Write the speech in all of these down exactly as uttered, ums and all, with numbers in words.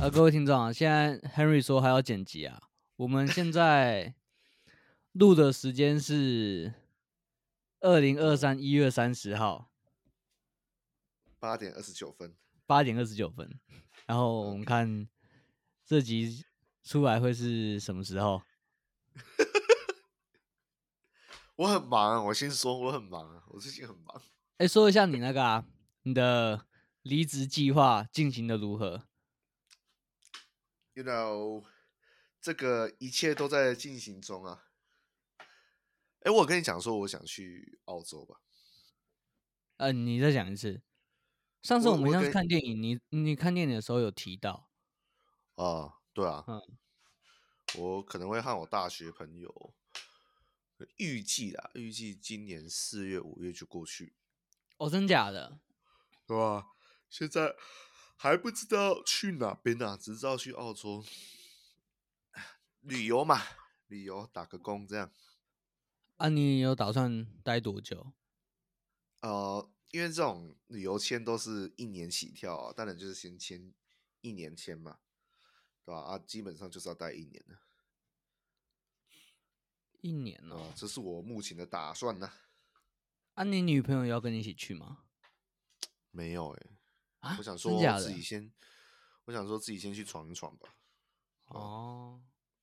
呃，各位听众啊，现在 Henry 说还要剪辑啊，我们现在录的时间是二零二三一月三十号八点二十九分， 八点二十九分，然后我们看这集出来会是什么时候？ 我很忙啊，我先说我很忙啊，我最近很忙。 哎，说一下你那个啊，你的离职计划进行的如何？ You know， 这个一切都在进行中啊。哎，我跟你讲说，我想去澳洲吧。 呃，你再讲一次。上次我们像是我我跟看电影，你你看电影的时候有提到， 啊，对啊， 嗯， 我可能会和我大学朋友预计啦，预计今年四月五月就过去， 哦，真假的？ 对吧？现在还不知道去哪边啊，只知道去澳洲旅游嘛，旅游打个工这样。 啊，你有打算待多久？ 呃，因为这种旅游签都是一年起跳啊，当然就是先签一年签嘛，对吧？啊，基本上就是要待一年的， 一年哦。 对吧？这是我目前的打算呢。 啊，你女朋友要跟你一起去吗？ 没有哎、 啊， 我想真假的？ 说自己先，我想说自己先去闯一闯吧。 哦，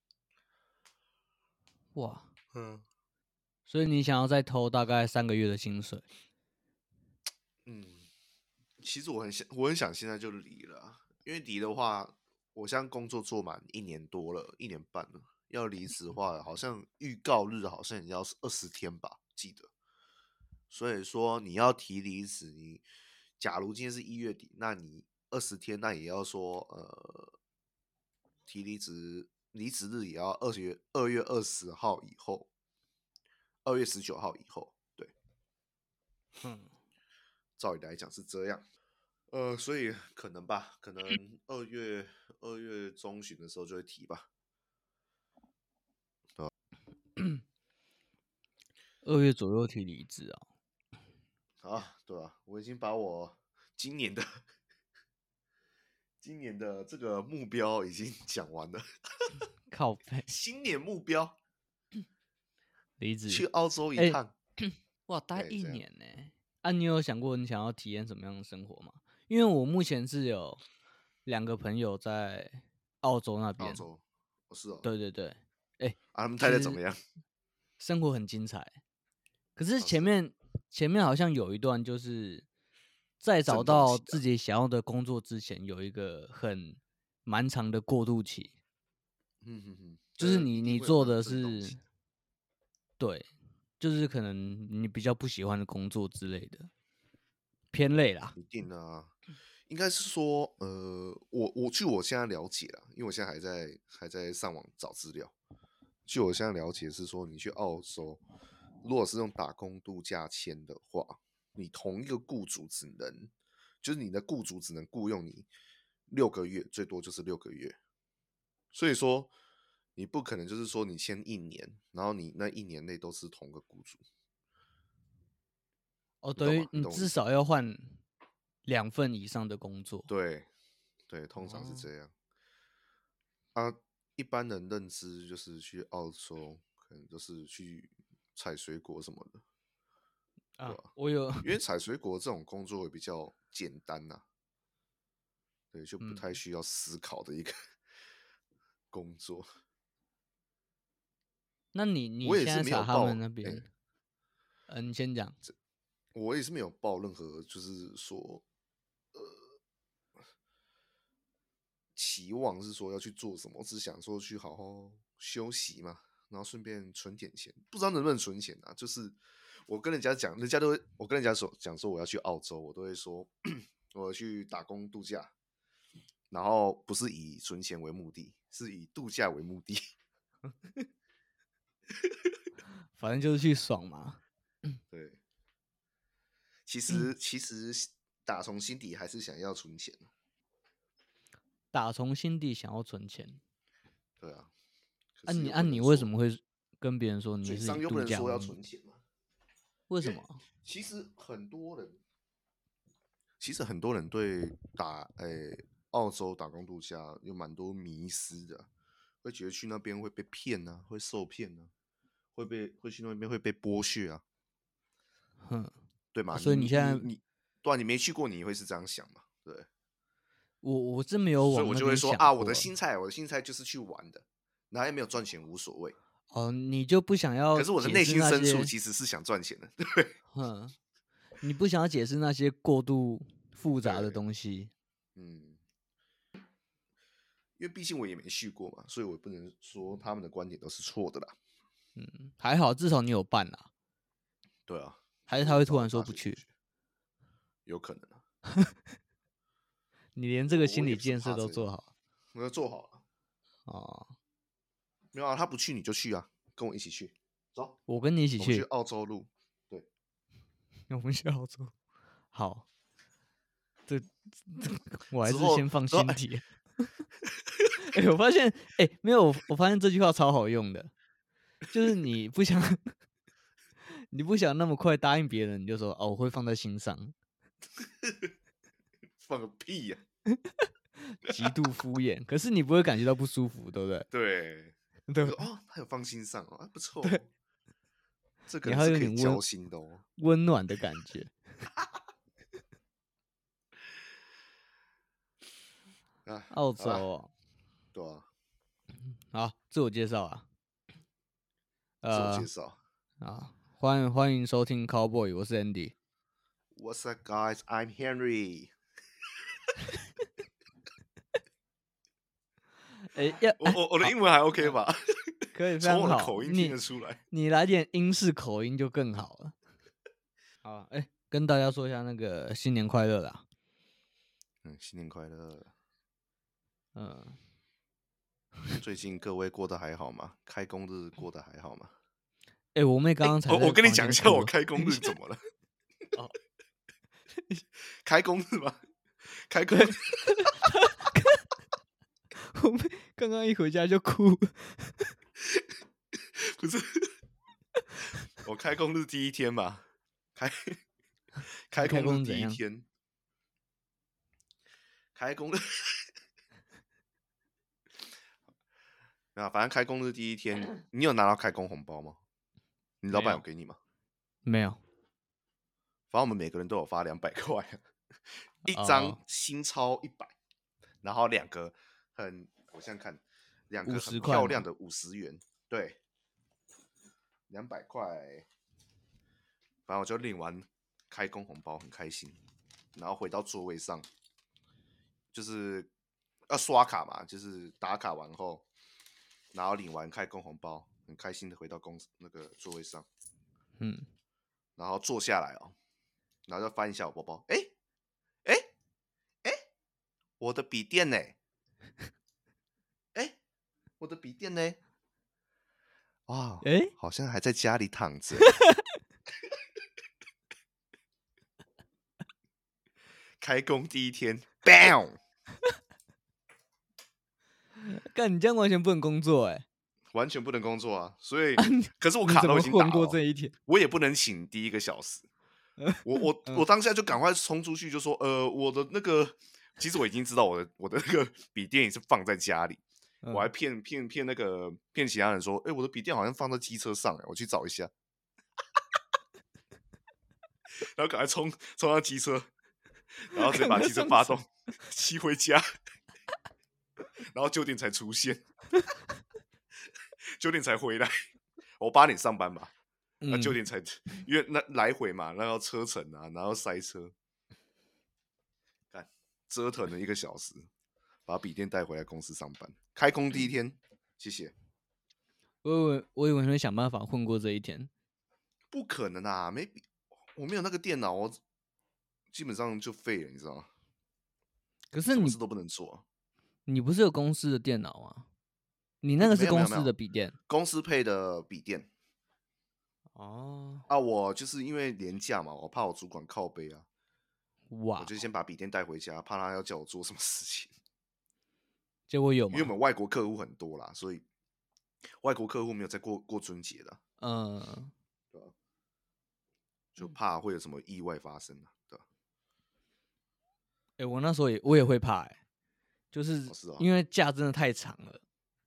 哇， 嗯所以你想要再偷大概三个月的薪水？ 嗯，其实我很想，我很想现在就离了啊，因为离的话，我现在工作做满一年多了，一年半了，要离职的话，好像预告日好像也要二十天吧，记得。所以说你要提离职，你假如今天是一月底，那你二十天，那也要说呃提离职，离职日也要二月二月二十号以后，二月十九号以后，对， 嗯， 照理来讲是这样。呃，所以可能吧，可能二月二月中旬的时候就会提吧。 二月左右提离职啊。 啊，对啊，我已经把我今年的今年的这个目标已经讲完了， 靠背新年目标离职。 去澳洲一哎、 趟。 哇，待哎， 一这样年呢、啊，你有想过你想要体验什么样的生活吗？因为我目前是有两个朋友在澳洲那边。 澳洲，不是哦， 对对对，哎、 啊，他们其实太太怎么样？ 生活很精彩。可是啊，是哦， 前面前面好像有一段，就是在找阵痛到期啊， 自己想要的工作之前，有一个很蛮长的过渡期， 嗯哼哼， 就是这你你做一定会有那种的是阵痛期。 对，就是可能你比较不喜欢的工作之类的，偏累啦。 一定啊，应该是说，呃，我我据我现在了解啊，因为我现在还在还在上网找资料。据我现在了解是说，你去澳洲，如果是用打工度假签的话，你同一个雇主只能，就是你的雇主只能雇佣你六个月，最多就是六个月。所以说，你不可能就是说你签一年，然后你那一年内都是同个雇主， 哦， 你懂吗？你等于你至懂我意思吗？ 少要换两份以上的工作。 对对，通常是哦， 这样。啊，一般人认知就是去澳洲，可能就是去采水果什么的，对啊， 吧？ 我有， 因为采水果这种工作会比较简单呐、对，就不太嗯， 需要思考的一个工作。 那你你我也是现在查他没有报，哎、 们那边，呃，你先讲。 我也是没有报任何，就是说，呃，期望是说要去做什么，我只想说去好好休息嘛，然后顺便存点钱，不知道能不能存钱啊？就是我跟人家讲，人家都会，我跟人家说讲说我要去澳洲，我都会说我去打工度假，然后不是以存钱为目的，是以度假为目的。 反正就是去爽嘛。 对，其实其实打从心底还是想要存钱， 打从心底想要存钱。 对啊，可啊你， 是又啊你不能说为什么会跟别人说你嘴上又不是以度能说要假为目的？ 存钱嘛，因为为什么？ 其实很多人其实很多人对打诶、 澳洲打工度假有蛮多迷思的，会觉得去那边会被骗啊，会受骗啊，会被会去那边会被剥削啊， 哼， 对吗？ 啊所以你你你现在你你，对啊，你没去过，你会是这样想嘛？对， 我我是没有所以我就会往那边说啊，我的想过心态，我的心态就是去玩的，哪也没有赚钱无所谓。 哦，你就不想要可是我的解释内心深处那些， 其实是想赚钱的，对哼，你不想要解释那些过度复杂的对， 东西。 嗯，因为毕竟我也没去过嘛，所以我也不能说他们的观点都是错的啦。 嗯，还好，至少你有办啦。 对啊， 还是所以我找了他会突然说不去？ 大学同学，有可能啊， 你连这个我我也心理建设不是怕这个， 都做好我要做好了。 哦。 没有啊，他不去你就去啊，跟我一起去，走， 我跟你一起我们去去， 澳洲录。对， 我们去澳洲。好，这这我还之后是先放之后哎心底。哎、我发现，哎、没有，我我发现这句话超好用的，就是你不想，你不想那么快答应别人，你就说哦，我会放在心上， 放个屁呀、 极度敷衍，可是你不会感觉到不舒服，对不对？ 对， 对我说哦，他有放心上哦，啊、不错对， 哦，这个你还人是有点温可以交心的哦。 温暖的感觉。 啊， 澳好啦， 洲哦， 对啊， 好，自我介绍啊， 自我呃介绍。 啊，欢迎欢迎收听 Cowboy，我是 Andy。 What's up, guys? I'm Henry。 哎、要我我我的好英文还 OK 吧？ 可以非从我的常好， 口音听得你出来。 你来点英式口音就更好了。好，哎、跟大家说一下那个新年快乐啦。 嗯，新年快乐！ 嗯， 最近各位过得还好吗？开工日过得还好吗？ 哎、我妹刚哎、 刚才我我跟你在房讲一下我间哭了。 开工日怎么了？ 哦， 开工日吗？开工对，我妹刚刚一回家就哭。 不是我开工日第一天嘛，开开开工日第一工怎样？ 天，开工日啊，反正开工日第一天，你有拿到开工红包吗？你老没有， 板有给你吗？ 没有。 反正我们每个人都有发两百块，一张哦， 新钞一百，然后两个很，我想想看，两个很五十块嘛。 漂亮的五十元，对，两百块，反正我就领完开工红包，很开心，然后回到座位上，就是要刷卡嘛，就是打卡完后，然后领完开工红包，很开心的回到公司那个座位上， 嗯， 然后坐下来哦，然后就翻一下我包包，哎哎哎，我的笔电呢？哎，我的笔电呢？哇， 哎、 好像还在家里躺着。开工第一天 ，bang， 干你这样完全不能工作哎、 完全不能工作啊！所以， 啊你可是我你怎卡都已么混过经打了哦， 这一天？ 我也不能请第一个小时。我我嗯我当下就赶快冲出去，就说：“呃，我的那个，其实我已经知道我的我的那个笔电也是放在家里，我还嗯， 骗骗骗那个骗其他人说，哎、我的笔电好像放在机车上，哎，我去找一下。”然后赶快冲冲到机车，然后直接把机车发动，骑回家，然后九点才出现，九点才回来。我八点上班嘛，那九嗯， 点才，因为那来回嘛，那要车程啊，然后塞车，干折腾了一个小时，把笔电带回来公司上班。开工第一天，谢谢。 我以为我以为你会想办法混过这一天。 不可能啊，没笔，我没有那个电脑，我基本上就废了，你知道吗？ 可是你什么事都不能做。 你不是有公司的电脑吗？你那个是公司没有没有没有， 的笔电公司配的笔电哦。 啊，我就是因为廉价嘛，我怕我主管靠背啊， 哇， 我就先把笔电带回家，怕他要叫我做什么事情。 结果有因为我吗？ 们外国客户很多啦，所以外国客户没有在过过春节的， 嗯， 对吧？就怕会有什么意外发生啊，对吧？ 哎、我那时候也我也会怕哎、 就是哦是哦， 因为假真的太长了。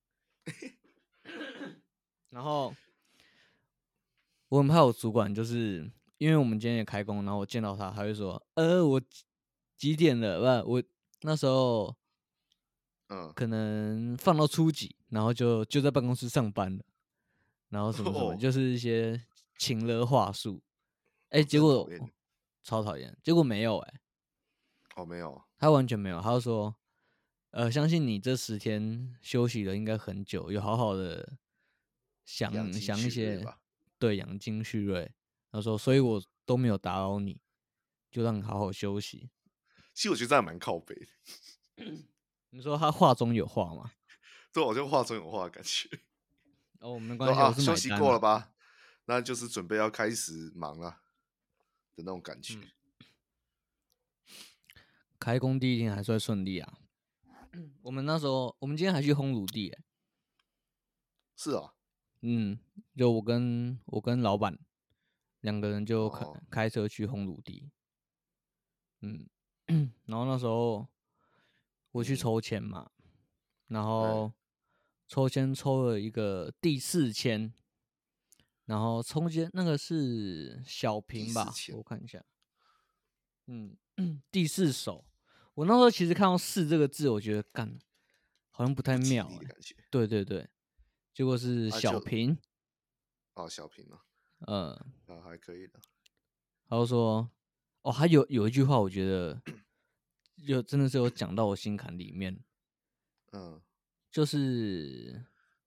然后我很怕我主管，就是因为我们今天也开工，然后我见到他，他会说：“呃，我几几点了？不，我那时候嗯， 可能放到初几，然后就就在办公室上班了，然后什么什么， 哦， 就是一些情勒话术。哎、 哦，这很讨结果、哦厌的。 超讨厌，结果没有哎、 哦，没有， 他完全没有，他就说，呃，相信你这十天休息了应该很久，有好好的想养精想一些， 蓄锐吧。 对，养精蓄锐。他说，所以我都没有打扰你，就让你好好休息。 其实我觉得这样蛮靠北的， 你说他话中有话吗？ 对，我就话中有话的感觉。 哦，没关系，我说啊， 是休息买单了。 够了吧？那就是准备要开始忙了的那种感觉。 嗯，开工第一天还算顺利啊。我们那时候，我们今天还去烘炉地、欸， 是啊， 嗯，就我跟我跟老板两个人就开哦， 开车去烘炉地。嗯，然后那时候我去嗯， 抽签嘛，然对， 后抽签抽了一个第四签，然后中间那个是小第平吧， 四签， 我看一下，嗯，第四手。我那时候其实看到“四”这个字，我觉得干好像不太不吉妙哎、 利的感觉。 对对对，结果是啊，就小平， 哦，小平了， 呃， 啊，还可以的。 他就说，哦，他有有一句话，我觉得就真的是有讲到我心坎里面， 嗯， 就是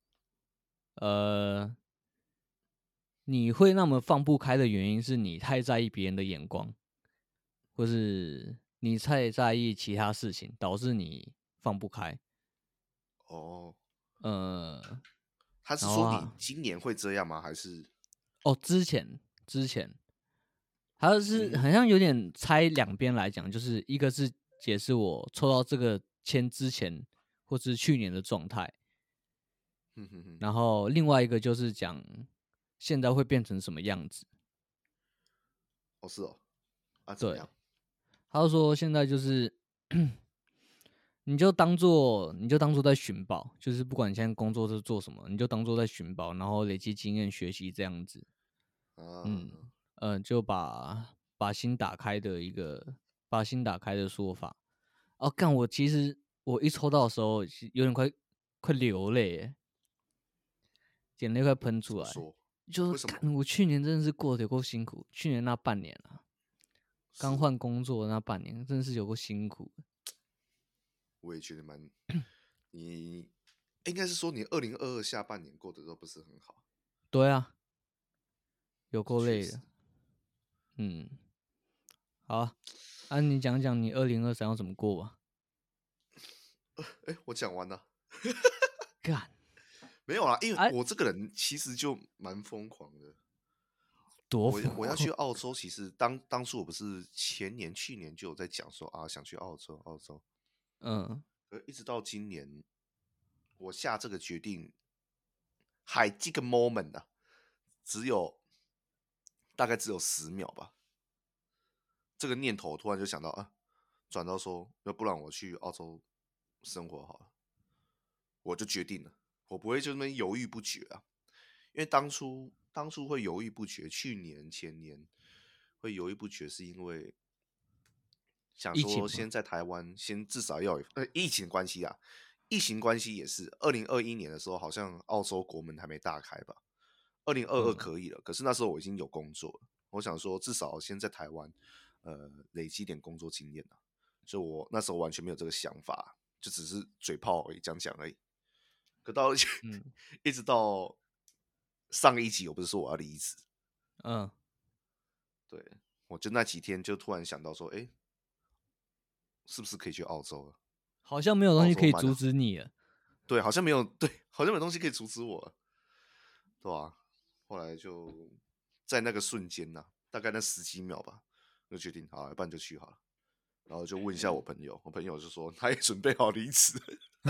呃，你会那么放不开的原因是你太在意别人的眼光，或是你太在意其他事情，导致你放不开。 哦， 呃， 他是说你然后啊， 今年会这样吗？还是哦，之前之前，他是嗯好像有点拆两边来讲，就是一个是解释我抽到这个签之前或是去年的状态， 哼哼哼， 然后另外一个就是讲现在会变成什么样子。 哦是哦，啊怎么对， 样？ 他就说现在就是你就当做你就当做在寻宝，就是不管你现在工作是做什么，你就当做在寻宝，然后累积经验、学习这样子。 啊， 嗯，呃，就把把心打开的一个把心打开的说法。哦，干，我其实我一抽到的时候，其实有点快快流泪耶，眼泪快喷出来。 怎么说？ 就是干， 为什么？ 我去年真的是过得有够辛苦，去年那半年啊，刚是， 换工作的那半年，真的是有够辛苦的。 我也觉得蛮，你应该是说你二零二二下半年过得都不是很好， 对啊，有够确实。 累的。嗯，好啊，啊你讲讲你二零二三要怎么过吧？ 哎，我讲完了， 干， 没有啦，因为哎， 我这个人其实就蛮疯狂的。 多疯我我要去狂！ 澳洲，其实当当初我不是前年、去年就有在讲说啊，想去澳洲，澳洲。 嗯， 呃，一直到今年，我下这个决定，还这个 moment 啊，只有大概只有十秒吧。这个念头突然就想到啊，转到说，要不然我去澳洲生活好了，我就决定了，我不会就那么犹豫不决啊。因为当初当初会犹豫不决，去年前年会犹豫不决，是因为想疫情嘛， 说先在台湾先至少要有呃疫情关系啊，疫情关系也是二零二一年的时候，好像澳洲国门还没大开吧，二零二二嗯可以了，可是那时候我已经有工作了，我想说至少先在台湾呃累积点工作经验啊，所以我那时候完全没有这个想法，就只是嘴炮而已，讲讲而已。可到嗯一直到上一集，我不是说我要离职， 嗯， 对我就那几天就突然想到说，哎，是不是可以去澳洲了？ 好像没有东澳西可以阻洲蛮好， 止你了。 对，好像没有，对，好像没有东西可以阻止我了，对吧、后来就在那个瞬间呐、大概那十几秒吧，就决定好，要不然就去好了。然后就问一下我朋友，我朋友就说他也准备好离职，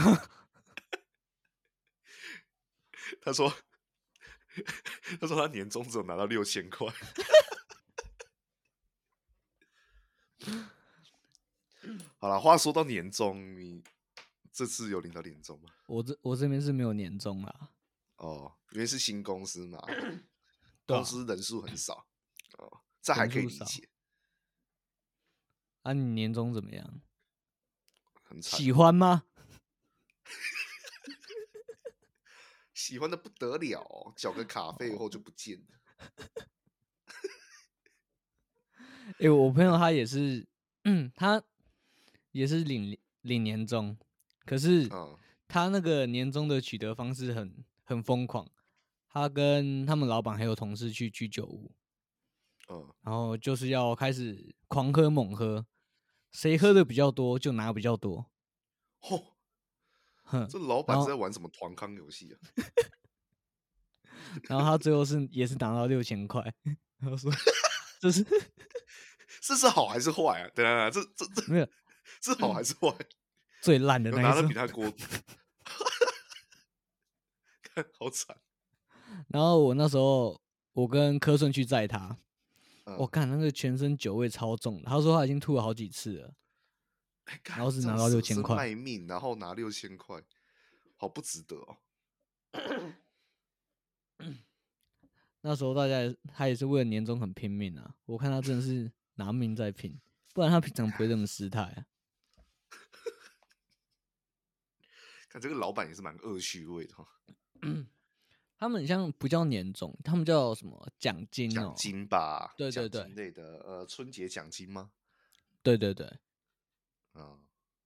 他说他说他年终只有拿到六千块。好了，话说到年终，你这次有领到年终吗？ 我这我这边是没有年终啦。 哦，因为是新公司嘛， 对啊， 公司人数很少，哦，这还人数少可以理解。 啊。你年终怎么样？ 很惨， 喜欢吗？ 喜欢的不得了、哦，缴个卡费以后就不见了。 哎、欸，我朋友他也是，嗯，他也是领领年终，可是嗯他那个年终的取得方式很很疯狂。他跟他们老板还有同事去居酒屋， 嗯， 然后就是要开始狂喝猛喝，谁喝的比较多就拿比较多。 嚯， 哼， 这老然后板是在玩什么团康游戏啊？ 然后他最后是也是拿到六千块，然后说这是这是好还是坏啊？等等等，这这这没有是好还是坏？ 最烂的有拿的那一种。 比他多，看好惨。 然后我那时候我跟柯顺去载他，我嗯， 看那个全身酒味超重的，他说他已经吐了好几次了， 哎， 然后干这种是拿到六舍身千块。 卖命，然后拿六千块，好不值得哦。 那时候大家也他也是为了年终很拼命啊，我看他真的是拿命在拼，不然他平常不会这么失态啊。 看这个老板也是蛮恶趣味的哈、哦。 他们很像不叫年终，他们叫什么奖金哦？ 奖金吧， 对对对奖金类的，呃，春节奖金吗？ 对对对， 嗯，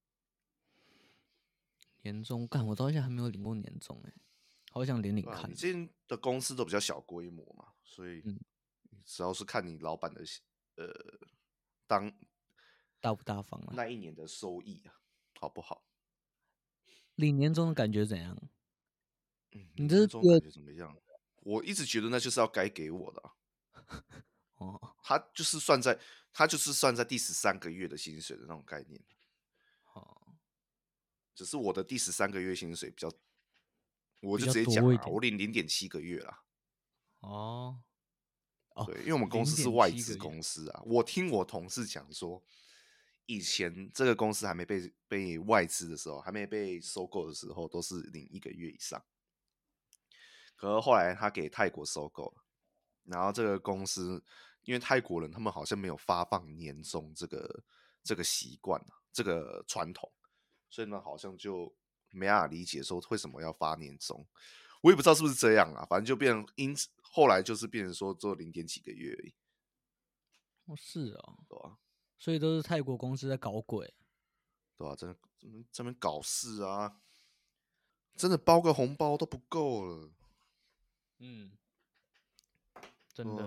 年终干我到现在还没有领过年终哎，好想领领对啊， 看哦。 你之前的公司都比较小规模嘛，所以嗯， 只要是看你老板的呃当大不大方啊？ 那一年的收益啊，好不好？ 领年终的感觉怎样？ 嗯， 你你这是第二年终感觉怎么样？我一直觉得那就是要该给我的啊、 哦他就是算在他就是算在第十三个月的薪水的那种概念， 哦， 只是我的第十三个月薪水比较，我就比较直接讲啊， 多一点我领零点七个月啦。 哦哦， 对，因为我们公司是零点外资七个月公司啊，我听我同事讲说，以前这个公司还没被被外资的时候，还没被收购的时候，都是领一个月以上。可是后来他给泰国收购了，然后这个公司因为泰国人他们好像没有发放年终这个这个习惯啊，这个传统，所以呢好像就没办法理解说为什么要发年终。我也不知道是不是这样啊，反正就变成因此后来就是变成说做零点几个月而已， 哦是哦， 对吧、 所以都是泰国公司在搞鬼。 对吧、啊？真这边搞事啊，真的包个红包都不够了， 嗯，真的对吧、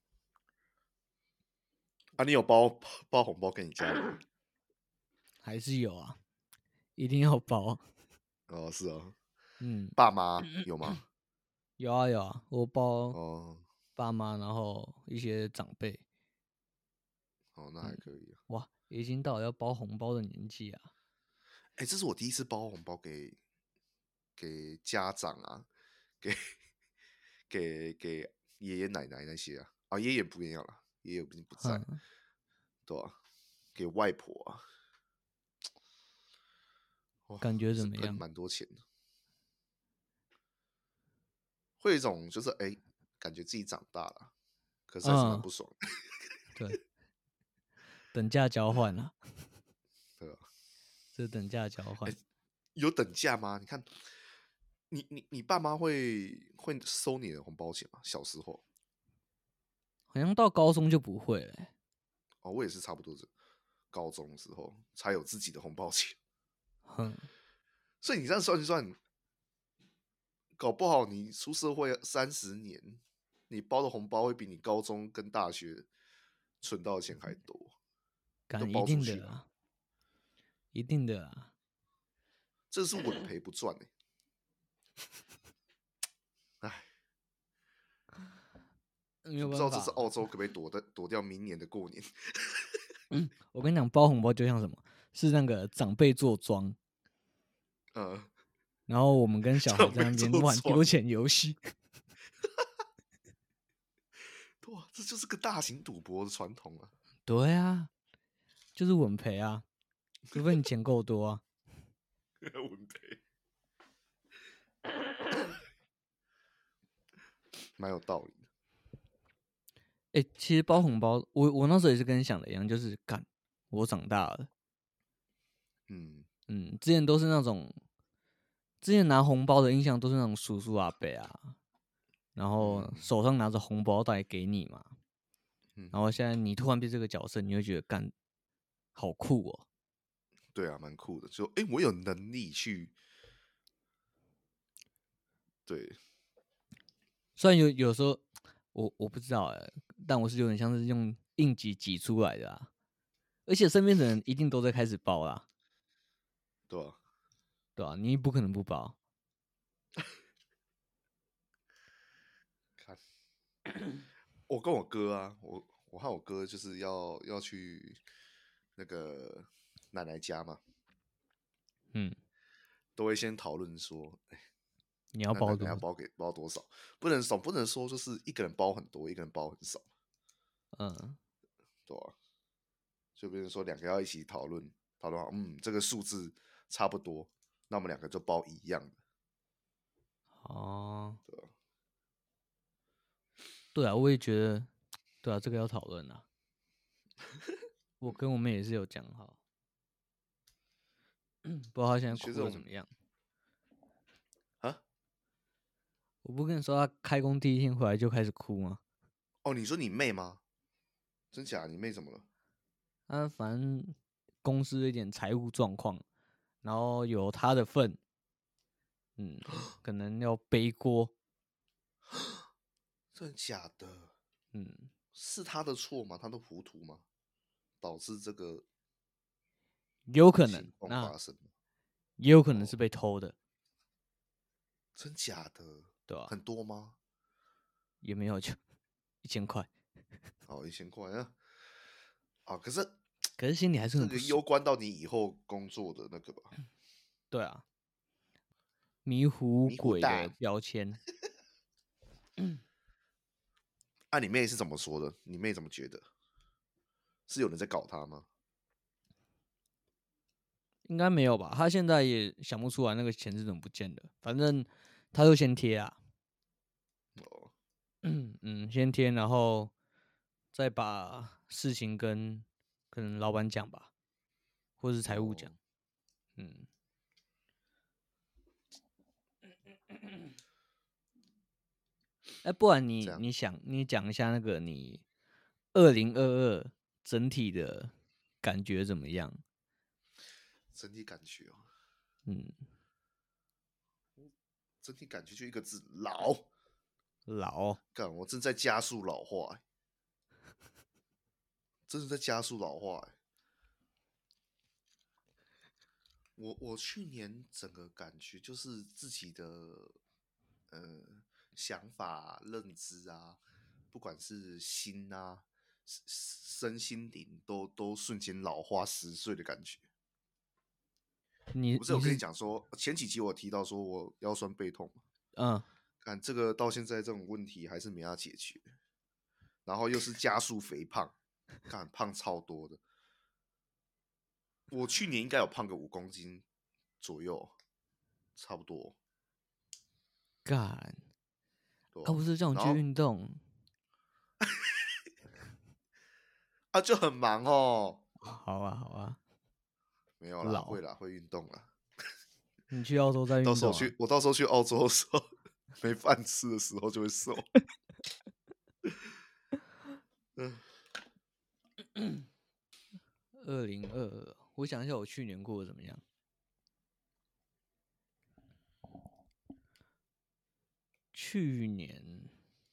啊？你有包包红包给你家人吗？ 还是有啊，一定要包。 哦，是哦， 嗯， 爸妈有吗？ 有啊有啊，我包哦爸妈，然后一些长辈。 哦，那还嗯， 可以啊。 哇，已经到了要包红包的年纪啊。 哎，这是我第一次包红包给给家长啊，给给给爷爷奶奶那些啊，啊，爷爷不一样了，爷爷已经不在， 嗯， 对吧、给外婆啊，哇， 感觉是喷怎么样？ 蛮多钱的，会有一种就是哎，感觉自己长大了，可是还是蛮嗯， 不爽的， 对，等价交换啊， 对吧、 这是等价交换。 有等价吗？你看，你你你爸妈会会收你的红包钱吗？小时候好像到高中就不会了欸。 哦，我也是差不多是高中的时候才有自己的红包钱， 哼， 所以你这样算一算，搞不好你出社会三十年，你包的红包会比你高中跟大学存到的钱还多，都干一包出去了。 定的啊，一定的啊。 这是稳赔不赚哎、唉， 没就不知道这次有办法。 澳洲可不可以躲的躲掉明年的过年？ 嗯，我跟你讲，包红包就像什么，是那个长辈坐庄， 呃， 然后我们跟小孩长辈在那边坐庄， 玩丢钱游戏。 哇，这就是个大型赌博的传统啊！ 对啊，就是稳赔啊，除非你钱够多啊。 文培，蛮有道理的。 哎、欸，其实包红包，我我那时候也是跟你想的一样，就是干，我长大了。 嗯嗯，之前都是那种，之前拿红包的印象都是那种叔叔阿伯啊，然后嗯手上拿着红包袋给你嘛。 嗯， 然后现在你突然变这个角色，你会觉得干，好酷哦。 对啊，蛮酷的。就哎、欸，我有能力去，对， 虽然有有时候我我不知道哎，但我是有点像是用硬挤挤出来的啊。而且身边的人一定都在开始包啦， 对吧、啊？ 对吧、啊？你不可能不包。 看，我跟我哥啊，我我和我哥就是要要去那个奶奶家嘛， 嗯， 都会先讨论说，哎、 你要那奶包多少？ 奶要包给包多少？不能总不能说就是一个人包很多，一个人包很少， 嗯， 对吧、啊？就比如说两个要一起讨论，讨论好，嗯，这个数字差不多，那我们两个就包一样的， 哦， 对吧、啊？ 对啊，我也觉得，对啊，这个要讨论啊。我跟我妹也是有讲好，不知道她现在学这种哭的怎么样。 啊？ 我不跟你说，她开工第一天回来就开始哭吗？ 哦，你说你妹吗？真假？你妹怎么了？ 她反正公司有点财务状况，然后有她的份，嗯，可能要背锅， 真的假的？ 嗯， 是他的错吗？他的糊涂吗？导致这个有可能， 情况那发生？ 也有可能哦， 是被偷的， 真假的？ 对吧、 很多吗？ 也没有就一千块， 哦，一千块啊！啊，可是可是心里还是这个很不爽， 攸关到你以后工作的那个吧？ 对啊，迷糊迷糊鬼的蛋。 标签。 啊，你妹是怎么说的？你妹怎么觉得？是有人在搞她吗？ 应该没有吧？他现在也想不出来那个钱是怎么不见的。反正他就先贴啊， 哦， 嗯嗯，先贴，然后再把事情跟可能老板讲吧，或是财务讲。 哦， 嗯，哎，不然你这样你想你讲一下那个你二零二二整体的感觉怎么样？ 整体感觉哦， 嗯， 整体感觉就一个字：老。 老干，我正在加速老化、欸，真的在加速老化、欸。我我去年整个感觉就是自己的呃想法、认知啊，不管是心啊、身心灵，都都瞬间老化十岁的感觉。我不是有跟你你你是讲说，前几集我提到说我腰酸背痛嘛， 嗯， 看这个到现在这种问题还是没法解决，然后又是加速肥胖，看胖超多的。我去年应该有胖个五公斤左右，差不多， 干啊， 对吧、 不是叫你去然后运动， 啊就很忙哦， 好啊好啊， 没有啦， 老， 会啦，会运动啦。 你去澳洲再到运动啊。 时候去，我到时候去澳洲的时候，没饭吃的时候就会瘦。嗯， 二零二二，我想一下，我去年过得怎么样？去年，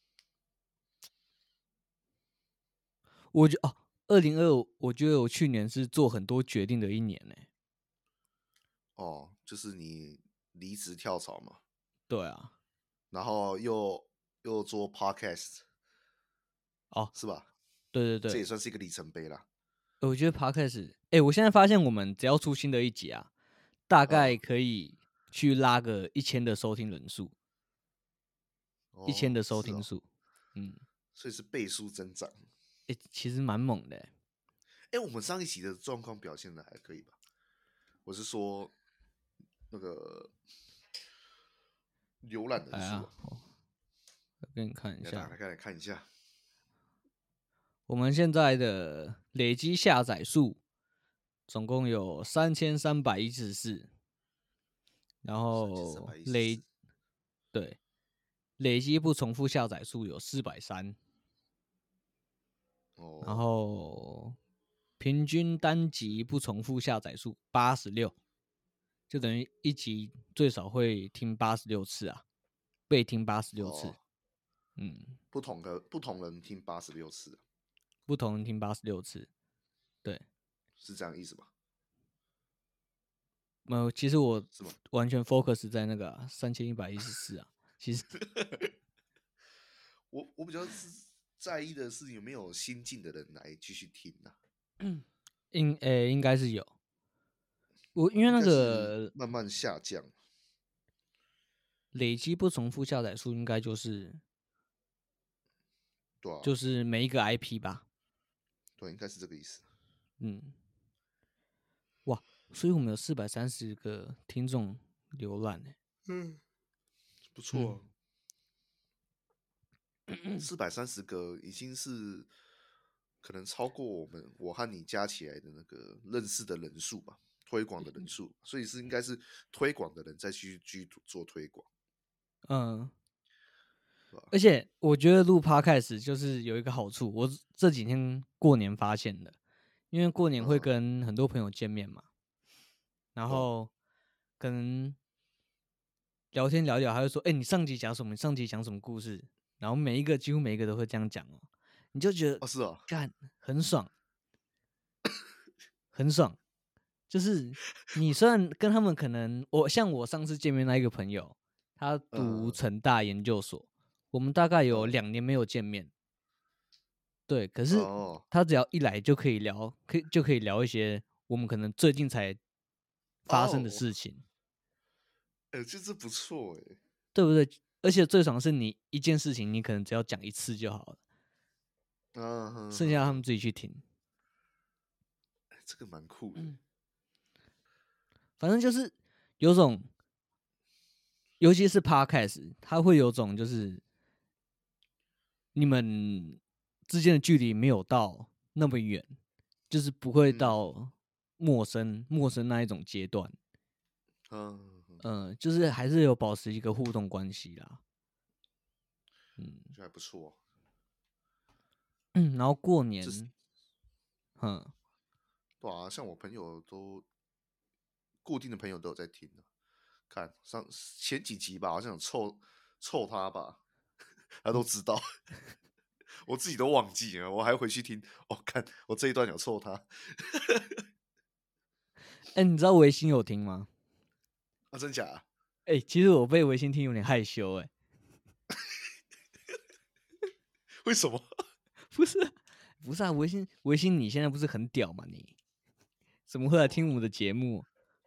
我觉哦，二零二，我觉得我去年是做很多决定的一年呢、 哦，就是你离职跳槽嘛， 对啊， 然后又又做 podcast， 哦， 是吧？ 对对对， 这也算是一个里程碑啦。 我觉得 podcast，哎、我现在发现我们只要出新的一集啊，大概嗯， 可以去拉个一千的收听人数，一千哦， 的收是哦， 听数，嗯， 所以是倍数增长。 哎、其实蛮猛的、欸， 哎，我们上一集的状况表现的还可以吧？我是说， 那个浏览人哎呀数啊，， 我给你看一下来打开，来看一下。 我们现在的累积下载数总共有三千三百一十四，然后累对累积不重复下载数有四百三， 哦， 然后平均单集不重复下载数八十六，就等于一集最少会听八十六次啊，被听八十六次。 哦， 嗯， 不同的不同人听八十六次， 不同人听八十六次，对。 是这样意思吗？ 呃，其实我是吗？ 完全 focus 在那个三千一百一十四啊。其实我我比较是在意的是有没有新进的人来继续听啊， 应诶、应该是有我，因为那应该是个慢慢下降， 累积不重复下载数，应该就是对啊， 就是每一个 I P 吧。 对，应该是这个意思。 嗯，哇，所以我们有四百三十个听众浏览呢。 嗯，不错啊， 嗯， 四百三十个已经是可能超过我们我和你加起来的那个认识的人数吧，推广的人数，所以是应该是推广的人再去去做推广， 嗯， 对吧？ 而且我觉得录 podcast 就是有一个好处，我这几天过年发现的，因为过年会嗯， 跟很多朋友见面嘛，然对啊， 后可能聊天聊一聊，他就说：“哎、你上集讲什么？你上集讲什么故事？”然后每一个几乎每一个都会这样讲哦，你就觉得哦是啊， 干很爽，很爽。就是你虽然跟他们可能，我像我上次见面那一个朋友，他读嗯成大研究所，我们大概有嗯， 两年没有见面，对，可是哦， 他只要一来就可以聊，可以就可以聊一些我们可能最近才发生的哦， 事情， 哎、这这不错哎， 对不对？而且最爽的是你一件事情，你可能只要讲一次就好了。 嗯哼剩下他们哼， 自己去听。 哎这个蛮酷的， 嗯，反正就是有种，尤其是 podcast，它会有种就是你们之间的距离没有到那么远，就是不会嗯到陌生陌生那一种阶段。 嗯，嗯嗯、呃就是还是有保持一个互动关系啦。嗯就还不错， 嗯，然后过这是年，嗯， 对啊，像我朋友都固定的朋友都有在听的，看上前几集吧，好像有凑凑他吧，他都知道，我自己都忘记了，我还回去听。哦，看我这一段有凑他哎、你知道维新有听吗？ 啊，真假啊？ 哎、其实我被维新听有点害羞、哎， 为什么？ 不是啊，不是啊，维新维新，你现在不是很屌吗？你怎么会来听我们的节目？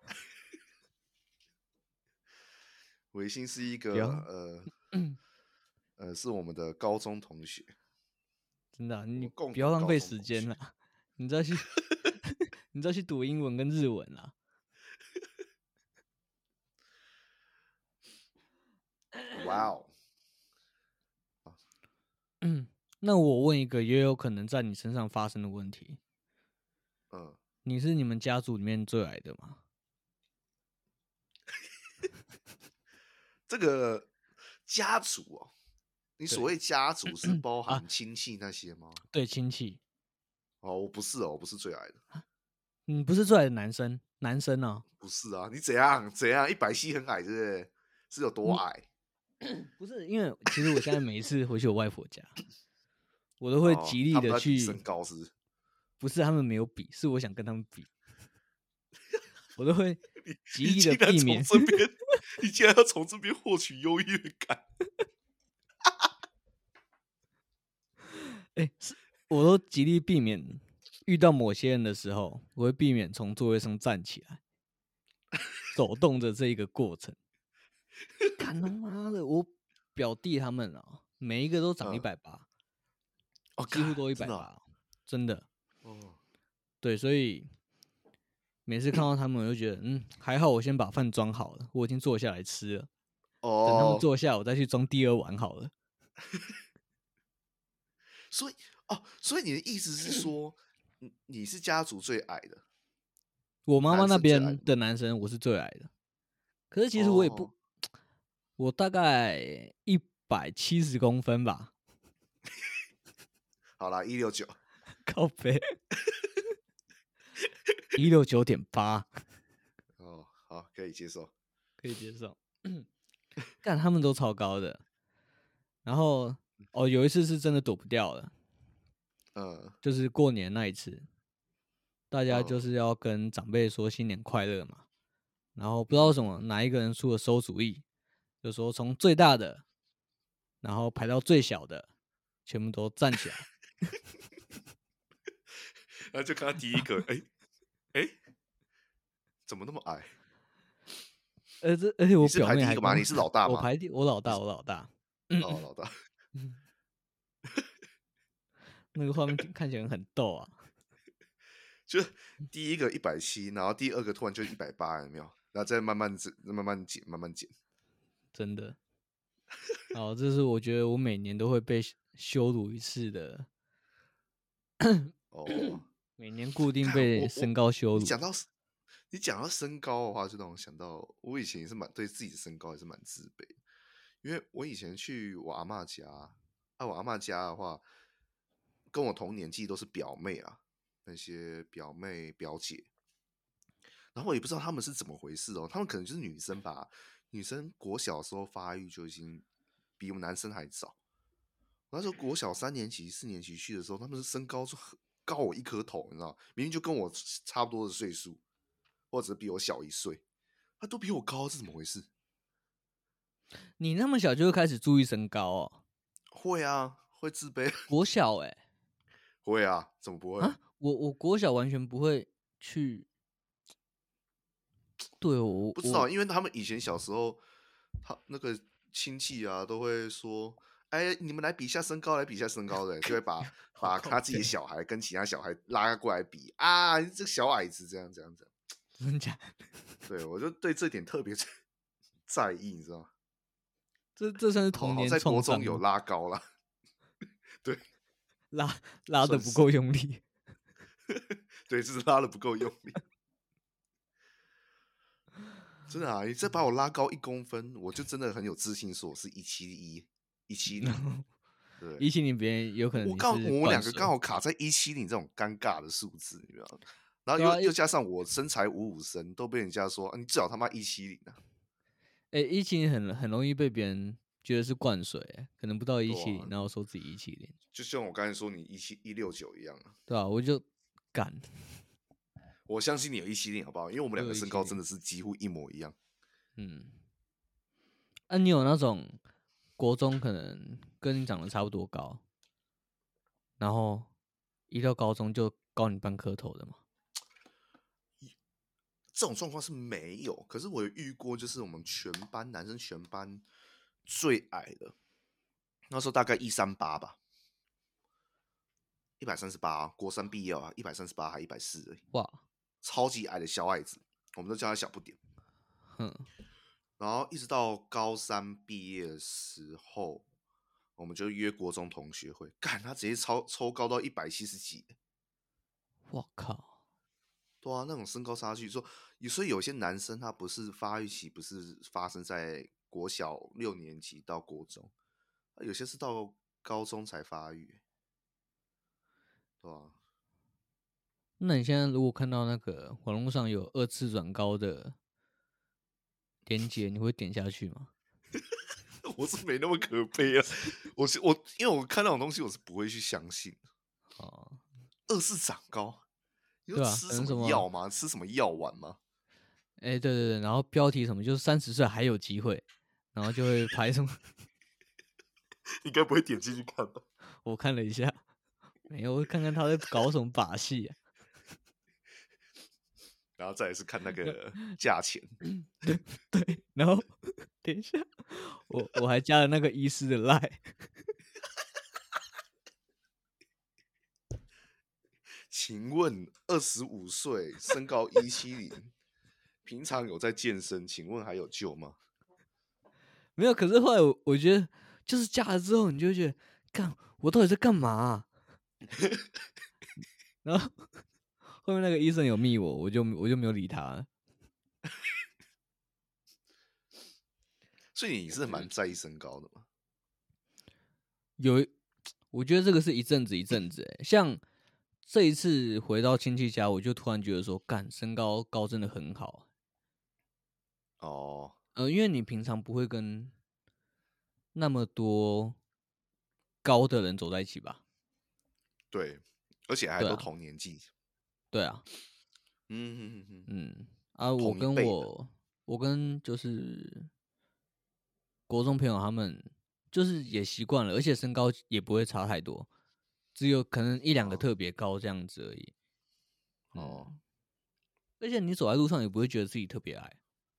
维新是一不要， 个呃呃，是我们的高中同学， 真的啊、 我你们共不要同高浪费中同学。 时间了，你再去，你再去读英文跟日文啦。 哇哦， 嗯，那我问一个也有可能在你身上发生的问题： 嗯， 你是你们家族里面最矮的吗？ 这个家族哦，你所对谓家族是包啊， 含亲戚那些吗？ 对，亲戚， 哦，我不是哦，我不是最矮的， 你不是最矮的男生，男生哦， 不是啊，你怎样怎样？一百七很矮，对不对？是有多你矮？ 不是因为其实我现在每一次回去我外婆家，我都会哦， 极力他们的去， 在比身高是不是？ 不是他们没有比，是我想跟他们比，我都会你极力的你竟然避免。 从这边，你竟然要从这边获取优越感？ 哎、是，我都极力避免遇到某些人的时候，我会避免从座位上站起来，走动的这一个过程。看他妈的，我表弟他们啊，每一个都长一嗯， 百八， 哦， 几乎干，真的啊都一百八，真的。 哦， 对，所以每次看到他们，我就觉得，嗯，还好我先把饭装好了，我已经坐下来吃了。等他们哦， 坐下，我再去装第二碗好了。 所以哦，所以你的意思是说，你你是家族最矮的， 我妈妈男那生最矮的吗？ 边的男生我是最矮的，可是其实我也不， 哦， 我大概一百七十公分吧， 好啦，一六九， 靠背一六九点八， 哦，好，可以接受。 可以接受。干他们都超高的，然后哦有一次是真的躲不掉了， 嗯就是过年那一次，大家就嗯是要跟长辈说新年快乐嘛，然后不知道为什么嗯嗯嗯， 哪一个人出了馊主意，就说从最大的，然后排到最小的，全部都站起来。 然后就看到第一个，哎哎，怎么那么矮？ 呃，这而且我你是表妹还跟我， 排第一个吗？你是老大吗？ 我排第，我老大， 你是我老大。 哦，老大， 那个画面看起来很逗啊， 就第一个一百七，然后第二个突然就一百八，有没有？然后再慢慢减，慢慢减，慢慢减。 真的。哦，这是我觉得我每年都会被羞辱一次的， 哦， 每年固定看被我我， 身高羞辱的。 你讲到你讲到身高的话，就让我想到我以前也是蛮对自己的身高也是蛮自卑的，因为我以前去我阿嬷家，啊，我阿嬷家的话，跟我同年纪都是表妹啊，那些表妹表姐，然后我也不知道他们是怎么回事哦，他们可能就是女生吧，女生国小的时候发育就已经比我们男生还早。那时候国小三年级、四年级去的时候，他们是身高就很高我一颗头，你知道，明明就跟我差不多的岁数，或者比我小一岁，他都比我高，是怎么回事？ 你那么小就开始注意身高哦？ 会啊，会自卑， 国小哎、 会啊，怎么不会？ 啊，我我国小完全不会去，对我我不知道，因为他们以前小时候，他那个亲戚啊，都会说，哎，你们来比一下身高，来比一下身高的，就会把好靠把他自己的背， 小孩跟其他小孩拉过来比啊，你这个小矮子，这样这样这样。 真的假的？ 对我就对这点特别在意，你知道吗？ 这这算是童年好好在国中有创伤吗？ 拉高了，对， 拉拉的不算是够用力。 对，就是拉的不够用力。真的啊，你再把我拉高一公分，我就真的很有自信，说我是一七一、一七零。对， 一七零别人有可能我刚我你是们两个刚灌水， 好卡在一七零这种尴尬的数字，你知道吗？然后对啊， 又又加上我身材五五身，都被人家说、啊、你至少他妈一七零啊， 哎、一七零很很容易被别人觉得是灌水、欸，可能不到一对啊， 七零，然后说自己一七零， 就像我刚才说你一七一六九一样啊。 对吧、我就干， 我相信你有一七零，好不好？因为我们我有两个身高真一七零， 的是几乎一模一样。 嗯，啊，你有那种国中可能跟你长得差不多高，然后一到高中就高你半颗头的吗？ 这种状况是没有，可是我有遇过，就是我们全班男生全班最矮的，那时候大概一三八吧，一百三十八，国三毕业啊，一百三十八还一百四而已， 哇， 超级矮的小矮子，我们都叫他小不点。 哼， 然后一直到高三毕业的时候，我们就约国中同学会，干他直接超抽高到一百七十几， 我靠， 对啊，那种身高差距，说，所以有些男生他不是发育期，不是发生在国小六年级到国中，有些是到高中才发育，对啊， 那你现在如果看到那个网络上有二次转高的链接，你会点下去吗？ 我是没那么可悲啊，我是我，因为我看那种东西，我是不会去相信的。 哦， 二次长高，你说对吧、 吃什么可能什么， 药吗？吃什么药丸吗？ 哎、对对对，然后标题什么就是三十岁还有机会，然后就会拍什么， 你该不会点进去看吧？ 我看了一下，没有，我看看他在搞什么把戏啊？ 然后再来是看那个价钱， 对，然后等一下，我我还加了那个医师的 line， 请问二十五岁，身高一七零，平常有在健身，请问还有救吗？ 没有，可是后来我我觉得，就是嫁了之后，你就会觉得，干我到底在干嘛啊、然后后面那个医生有密我，我就我就没有理他了。 所以你是蛮在意身高的嘛？ 有，我觉得这个是一阵子一阵子、欸，像这一次回到亲戚家，我就突然觉得说，干身高高真的很好。 哦， 呃，因为你平常不会跟那么多高的人走在一起吧？ 对，而且还都对啊， 同年纪。 对啊， 嗯哼哼哼， 嗯啊，我同一辈的。 跟我我跟就是国中朋友他们，就是也习惯了，而且身高也不会差太多，只有可能一两个哦特别高这样子而已。 哦， 嗯，而且你走在路上也不会觉得自己特别矮，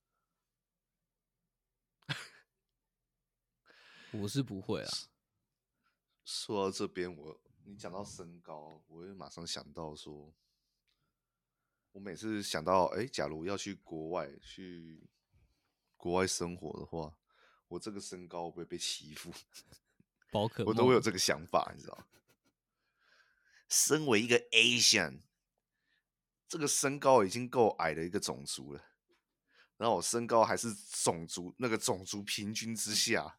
我是不会啊。 说到这边，我你讲到身高，我会马上想到说，我每次想到，哎，假如要去国外去国外生活的话，我这个身高会不会被欺负？ 宝可我都会有梦， 这个想法，你知道吗？身为一个 Asian，这个身高已经够矮的一个种族了，然后我身高还是种族那个种族平均之下，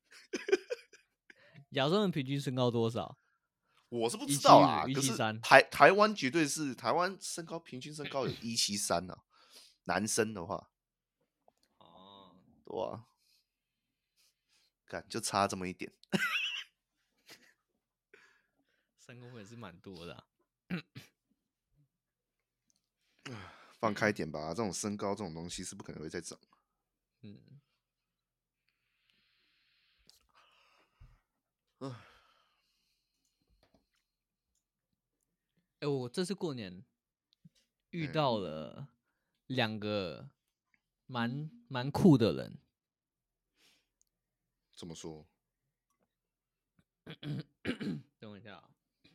亚洲人平均身高多少？ 我是不知道一七五、 啦。可是一七三。 台台湾绝对是台湾身高平均身高有一七三呢，男生的话， 哦， 对啊，看就差这么一点。 三公分也是蛮多的、啊。 放开点吧，这种身高这种东西是不可能会再涨。 嗯， 唉， 哎、我这次过年遇嗯， 到了两个蛮蛮酷的人， 怎么说？ 等我一下啊，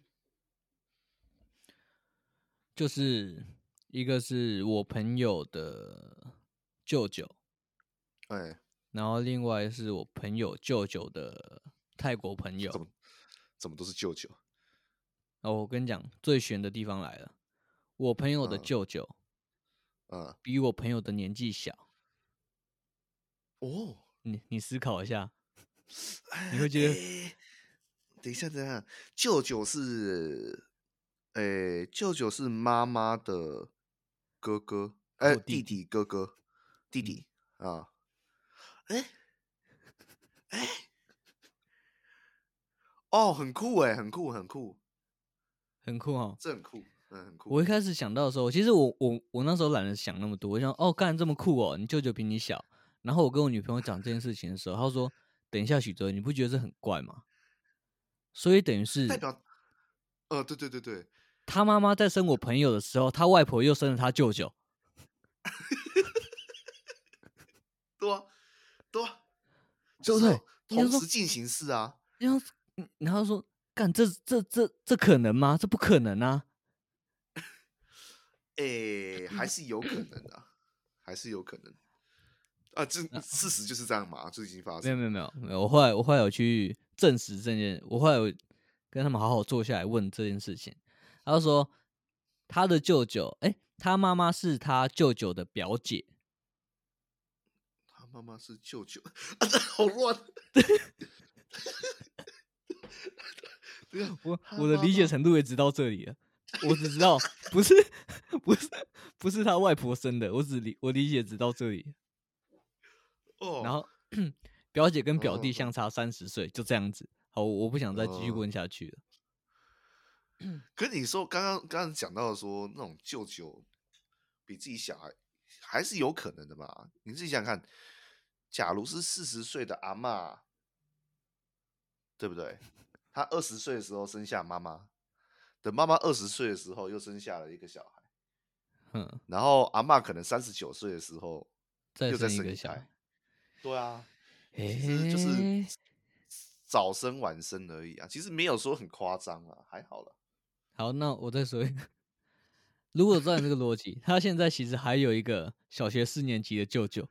就是一个是我朋友的舅舅， 哎， 然后另外是我朋友舅舅的泰国朋友。 怎么怎么都是舅舅？ 然后我跟你讲，最悬的地方来了，我朋友的嗯舅舅嗯， 比我朋友的年纪小。 哦， 你你思考一下，你哎会觉得哎，等一下，等一下，舅舅是，哎，舅舅是妈妈的哥哥，哎，弟还有弟弟。 弟哥哥，弟嗯， 弟啊，哎哎，哦，很酷哎，很酷，很酷， 很酷哦。 这很酷，嗯，很酷。 我一开始想到的时候，其实我我我那时候懒得想那么多，我想哦，干这么酷哦，你舅舅比你小。然后我跟我女朋友讲这件事情的时候，她说：“等一下，许哲，你不觉得这很怪吗？”所以等于是代表，呃，对对对对， 他妈妈在生我朋友的时候，他外婆又生了他舅舅。 对啊，对啊， 对不对？ 就是有你就说， 同时进行式啊。 然后嗯然后说，干这这这这可能吗？这不可能啊！ 诶，还是有可能的，还是有可能啊。这那事实就是这样嘛，就已经发没有生了。 没有没有没有，我后来我后来有去证实这件，我后来有跟他们好好坐下来问这件事情。他就说他的舅舅，哎、他妈妈是他舅舅的表姐。 他妈妈是舅舅啊，这好乱。对啊， 我他我的理解妈妈程度也只到这里了，我只知道不是不是不是他外婆生的，我只理我理解只到这里。然哦， 后表姐跟表弟嗯嗯相差三十岁，就这样子。好，我不想再继续嗯。 问下去了。 可是你说刚刚刚刚讲到说那种舅舅比自己小还还是有可能的嘛？你自己想想看，假如是四十岁的阿嬷，对不对？她二十岁的时候生下妈妈，等妈妈二十岁的时候又生下了一个小孩， 嗯， 然后阿嬷可能三十九岁的时候再又再生一个小孩。 生一胎。对啊，其实就是诶、 早生晚生而已啊，其实没有说很夸张啊，还好了。 好，那我再说一个。如果照你这个逻辑，他现在其实还有一个小学四年级的舅舅，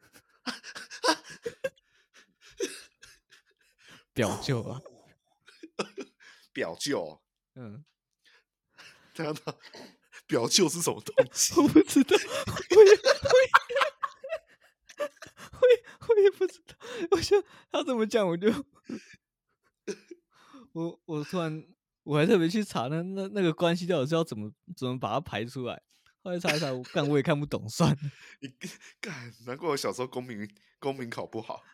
表舅啊， 表舅， 嗯， 这样的表舅是什么东西？ 我不知道，我也我也我也我也不知道，我想他怎么讲，我就我我突然我还特别去查那那那个关系到底是要怎么怎么把它排出来，后来查一查，我干我也看不懂，算了。 你干，难怪我小时候公民公民考不好。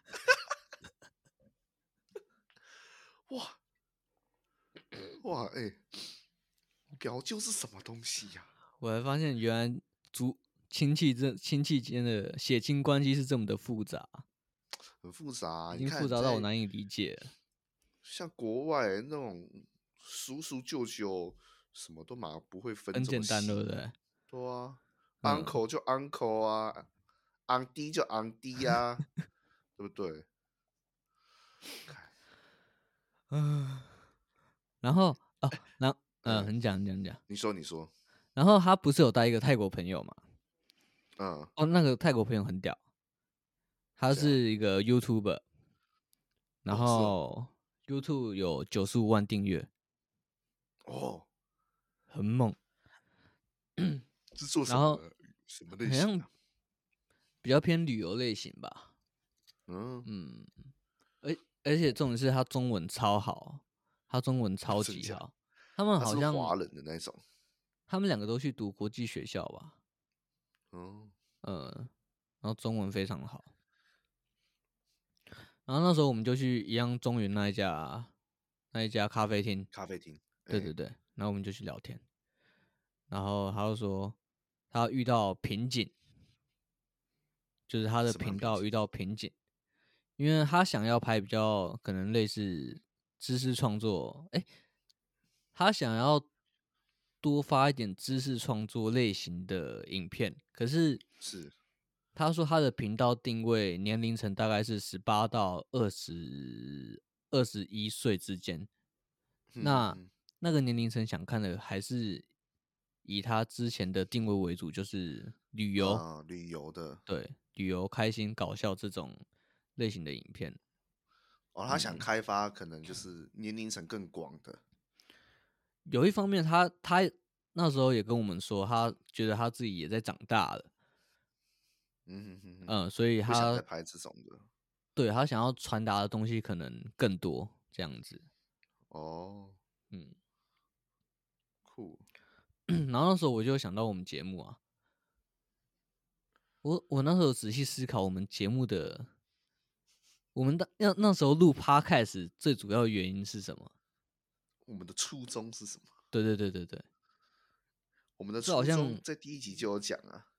哇哇，哎、欸，表舅是什么东西呀、啊？ 我还发现原来族亲戚这亲戚间的血亲关系是这么的复杂， 很复杂、啊， 已经复杂到我难以理解了。 像国外那种叔叔舅舅，什么都嘛不会分， 很简单，对不对？ 对啊、 嗯、 ，uncle 就 uncle 啊，auntie 就 auntie 啊，对不对？ 嗯，然后哦，然后嗯、呃，你讲你讲你讲， 你说你说， 然后他不是有带一个泰国朋友嘛？ 嗯， 哦，那个泰国朋友很屌，他是一个 YouTuber， 然后、哦、YouTube 有九十五万订阅， 哦， 很猛。 是做什么的？什么类型、啊？ 比较偏旅游类型吧。 嗯嗯，而而且重点是他中文超好，他中文超级好。他们好像华人的那种， 他们两个都去读国际学校吧。 嗯呃，然后中文非常好。然后那时候我们就去一样中原那一家那一家咖啡厅， 咖啡厅， 对对对，然后我们就去聊天。然后他就说他遇到瓶颈，就是他的频道遇到瓶颈，因为他想要拍比较可能类似知识创作，哎，他想要多发一点知识创作类型的影片，可是是他说他的频道定位年龄层大概是十八到二十二十一岁之间，那那个年龄层想看的还是以他之前的定位为主，就是旅游、 呃、旅游的， 对，旅游、开心、搞笑这种类型的影片。 哦，他想开发可能就是年龄层更广的。 有一方面他，他他那时候也跟我们说，他觉得他自己也在长大了， 嗯哼哼哼， 嗯，所以他不想再拍这种的。 对他想要传达的东西可能更多，这样子。 哦， 嗯， 酷。 然后那时候我就想到我们节目啊，我我那时候仔细思考我们节目的，我们的那那时候录 Podcast 最主要的原因是什么？ 我们的初衷是什么？ 对对对对对， 我们的初衷在第一集就有讲啊，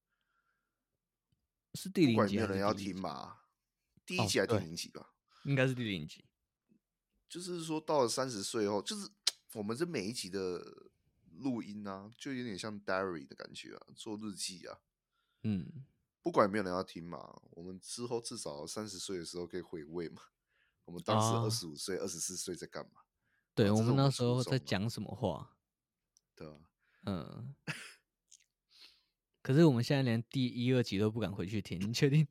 是第零集还是不管有没有人要听嘛，第一集还是第零集吧、哦？ 应该是第零集。 就是说到了三十岁后，就是我们这每一集的录音啊，就有点像 diary 的感觉啊，做日记啊。 嗯， 不管有没有人要听嘛，我们之后至少三十岁的时候可以回味嘛。我们当时二十五岁、二十四岁在干嘛？ 对、啊、我们们那时候在讲什么话？ 对啊， 嗯。可是我们现在连第一、二集都不敢回去听，你确定？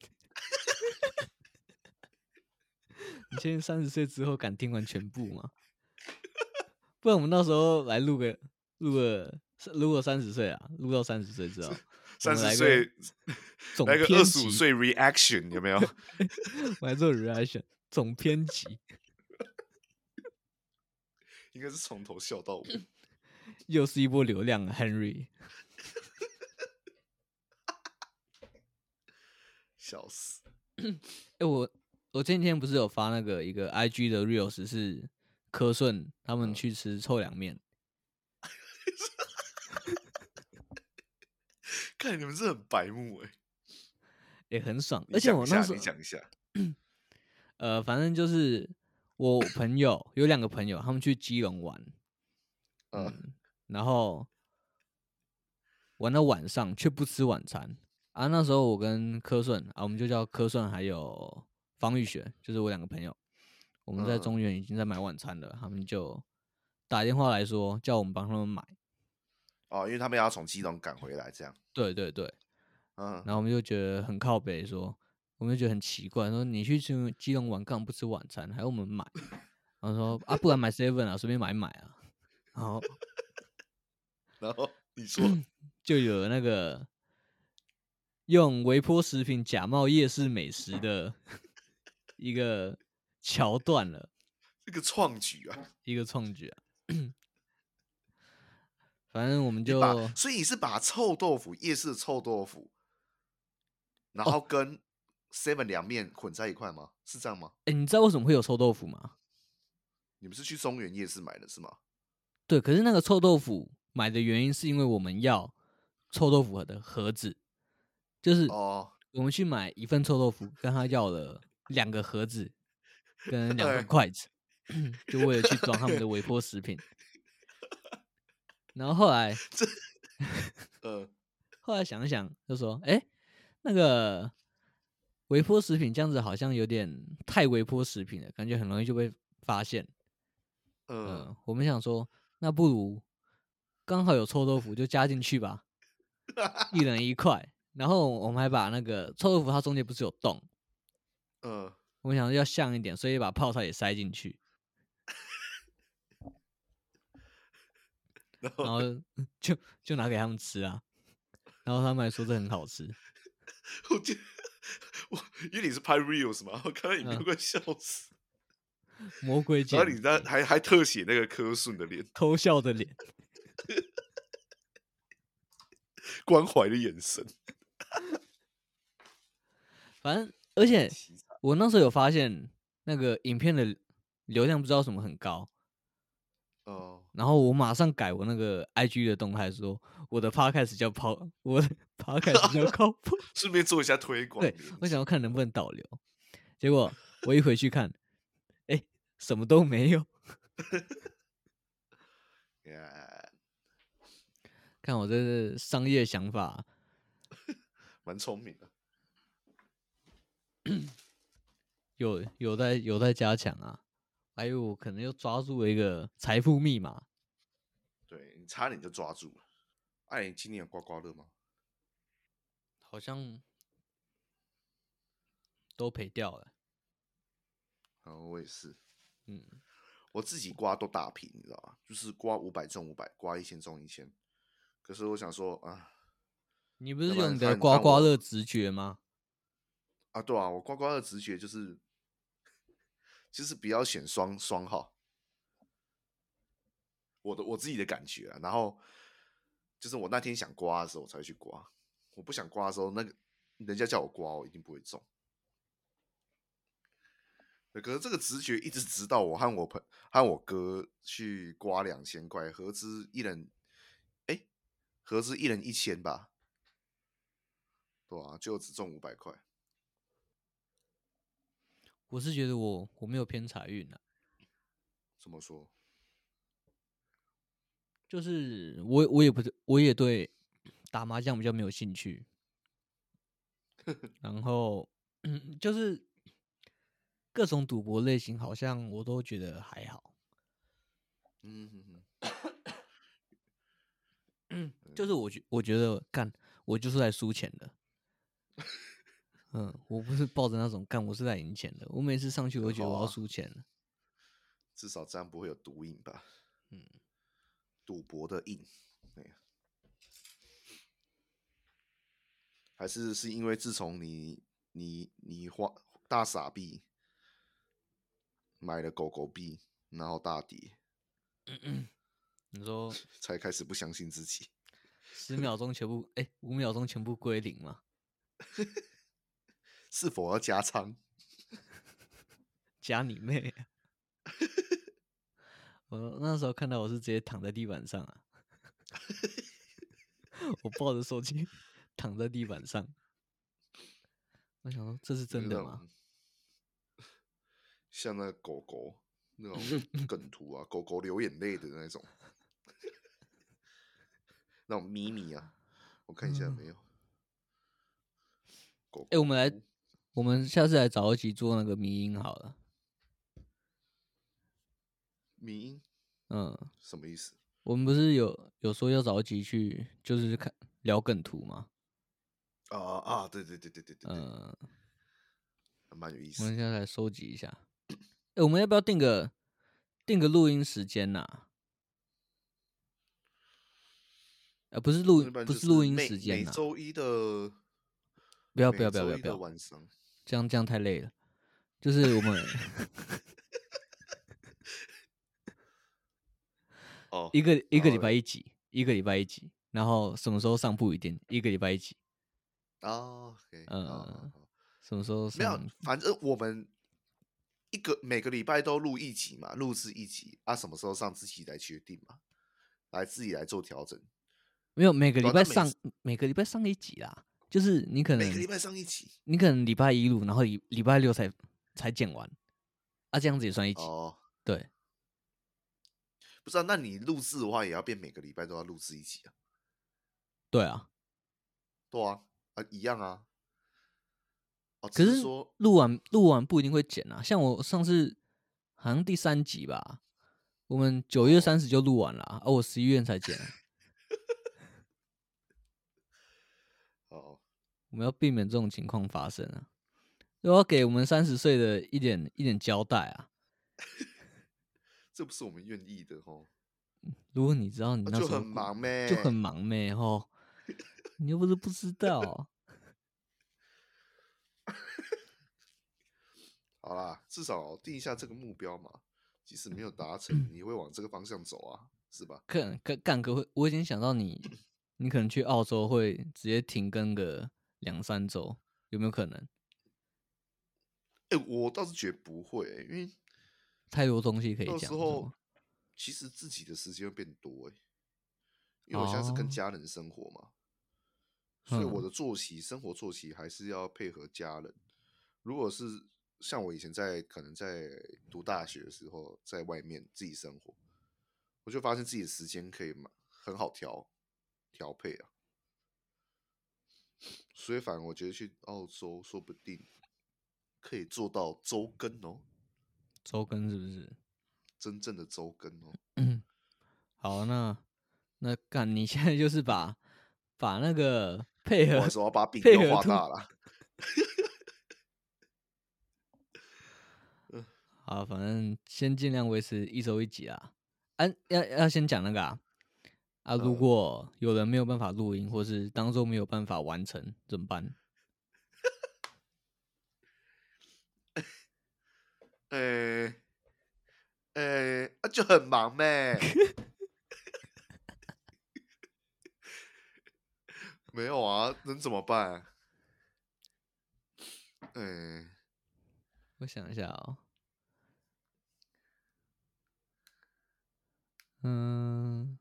你确定三十岁之后敢听完全部吗？不然我们到时候来录个录个，如果三十岁啊，录到三十岁之后， 三十岁来个二十五岁 reaction 有没有？ 我来做 reaction 总编辑， 应该是从头笑到尾， 又是一波流量啊 ，Henry。 笑死！ 哎、欸，我我前几天不是有发那个一个 I G 的 reels 是柯顺他们去吃臭凉面， 看你们是很白目哎、 欸，也很爽。而且我那时候你讲一下， 呃，反正就是我朋友有两个朋友，他们去基隆玩，嗯，嗯然后玩到晚上却不吃晚餐。啊，那时候我跟柯顺啊，我们就叫柯顺，还有方玉雪，就是我两个朋友，我们在中原已经在买晚餐了，他们就打电话来说叫我们帮他们买。 哦，因为他们要从基隆赶回来，这样。 对对对， 嗯， 然后我们就觉得很靠北说，我们就觉得很奇怪，说你去基基隆玩干嘛不吃晚餐，还要我们买？然后说啊，不然买 seven 啊，随便买一买啊。然后然后你说就有那个用微波食品假冒夜市美食的一个桥段了， 这个创举啊， 一个创举啊。反正我们你把， 就所以你是把臭豆腐夜市的臭豆腐，然哦， 后跟 seven 凉面混在一块吗？是这样吗？ 哎，你知道为什么会有臭豆腐吗？ 你们是去中原夜市买的是吗？ 对，可是那个臭豆腐买的原因是因为我们要臭豆腐的盒子，就是哦， 我们去买一份臭豆腐，跟他要了两个盒子跟两份哎， 筷子，就为了去装他们的微波食品。然后后来这，呃， 后来想一想，就说：“哎、那个微波食品这样子好像有点太微波食品了，感觉很容易就被发现。”嗯、 呃， 呃我们想说，那不如刚好有臭豆腐就加进去吧，一人一块。然后我们还把那个臭豆腐它中间不是有洞， 呃， 我们想说要像一点，所以把泡菜也塞进去， 然后然后就就拿给他们吃啊。然后他们还说这很好吃。 我觉得我因为你是拍 reels 嘛，我看到影片嗯、 快笑死。 魔鬼然后剪你在还还特写那个柯顺的脸， 偷笑的脸。 关怀的眼神。 反正而且凄惨我那时候有发现那个影片的流量不知道什么很高， 哦， 然后我马上改我那个 I G 的动态说我的 podcast 叫抛，我的 podcast 叫靠谱。 顺便做一下推广对， 连接。 我想要看能不能导流，结果我一回去看，哎、什么都没有。 Yeah， 看我这是商业想法， 蛮聪明的。 有有在有在加强啊，还有我可能又抓住了一个财富密码。 对你差点就抓住了。哎、你今年有刮刮乐吗？ 好像都赔掉了。 嗯，我也是。 嗯， 我自己刮都大平，你知道吗？就是刮五百中五百，刮一千中一千。可是我想说啊， 你不是要不然有你的刮看看我刮乐直觉吗？ 啊，对啊，我刮刮乐直觉就是就是不要选双双号，我的我自己的感觉啊。然后就是我那天想刮的时候，我才会去刮。我不想刮的时候，那个人家叫我刮，我一定不会中。对，可是这个直觉一直直到我和我朋和我哥去刮两千块，合资一人，哎，合资一人一千吧，对啊，就只中五百块。 我是觉得我我没有偏财运啊， 怎么说？ 就是我我也不是我也对打麻将比较没有兴趣，然后嗯就是各种赌博类型好像我都觉得还好， 嗯哼哼， 就是我觉我觉得干我就是来输钱的。嗯，我不是抱着那种干我是来赢钱的，我每次上去我就觉得我要很好啊， 输钱了。 至少这样不会有毒瘾吧？ 嗯， 赌博的瘾，哎呀，还是是因为自从你你你花大傻币买了狗狗币，然后大跌， 你说才开始不相信自己。 十秒钟全部哎五秒钟全部归零吗？ 是否要加仓？ 加你妹啊！我那时候看到我是直接躺在地板上啊，我抱着手机躺在地板上，我想说这是真的吗？ 像那个狗狗那种梗图啊，狗狗流眼泪的那种，那种咪咪啊，我看一下有没有。狗哎、欸， 狗我们来哭， 我们下次来找一起做那个迷音好了。 迷音， 嗯， 什么意思？ 我们不是有有说要找一集去，就是看聊梗图吗？ 啊啊，对对对对对对对， 嗯， 还蛮有意我们思的。 现在来收集一下。哎、我们要不要定个定个录音时间呐、呃，不是录那一般就不是录音是每时间呐、 每周一的不要不要每周一不要不要不要， 的晚上。 这样这样太累了。就是我们哦， 一个一个礼然后嘞拜一集，一个礼拜一集，然后什么时候上不一定，一个礼拜一集。 啊，OK，好好呃， 好， 什么时候没有， 上？ 反正我们一个每个礼拜都录一集嘛，录制一集啊，什么时候上自己来决定嘛，来自己来做调整。 没有，每个对啊，那每礼拜上每个礼拜上一集啦。就是你可能每个礼拜上一集。 你可能礼拜一录，然后礼礼拜六才才剪完，啊，这样子也算一集。 哦， 对， 不知道、那你录制的话，也要变每个礼拜都要录制一集啊？ 对啊。 对啊，啊，一样啊。哦， 可是只是说， 录完录完不一定会剪啊，像我上次好像第三集吧，我们九月哦三十就录完了啊，啊我十一月才剪啊。 哦， 我们要避免这种情况发生啊，都要给我们三十岁的一点一点交代啊。 这不是我们愿意的哦。 如果你知道你啊那时候就很忙就很咩？ 忙咩吼，你又不是不知道。 好啦，至少定一下这个目标嘛。即使没有达成，你会往这个方向走啊，是吧？ 干干干哥会，我已经想到你，你可能去澳洲会直接停更个两三周，有没有可能？ 哎、我倒是觉得不会、欸，因为太多东西可以到讲，是时候吗？ 其实自己的时间会变多、欸，因为我现在是跟哦， 家人生活嘛，所以我嗯， 的作息、生活作息还是要配合家人。如果是像我以前在可能在读大学的时候，在外面自己生活，我就发现自己的时间可以嘛很好调调配啊，所以反而我觉得去澳洲说不定可以做到周更哦， 周更是不是？ 真正的周更哦。 嗯，好，那那干，你现在就是把把那个配合不好意思，我要把饼又配合突画大了。 好，反正先尽量维持一周一集啊。啊，要要先讲那个啊啊，如呃， 果有人没有办法录音，或是当周没有办法完成，怎么办？ 呃、呃、啊就很忙咩？没有啊，能怎么办？嗯、 我想一下哦，嗯，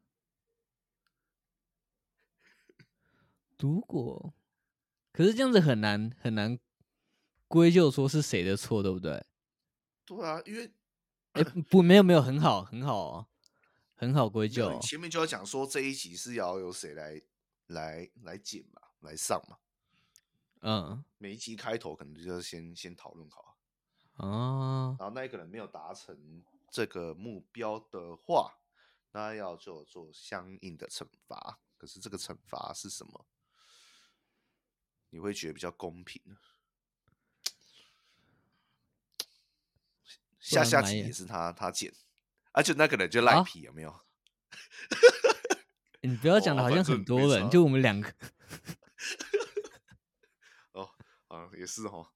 如果可是这样子很难很难归咎说是谁的错，对不对？ 对啊，因为哎、不，没有没有，很好很好哦，很好归没有，你咎。 前面就要讲说这一集是要由谁来来来剪嘛，来上嘛。 嗯， 每一集开头可能就要先先讨论好， 哦， 然后那一个人没有达成这个目标的话，那要就做相应的惩罚。可是这个惩罚是什么？你会觉得比较公平呢？ 不下下然买也集也是他他剪，而、啊、且那个人就赖啊， 皮，有没有？ 你不要讲的哦， 好像反正很多人， 没差。 就我们两个。 哦，啊，也是哦。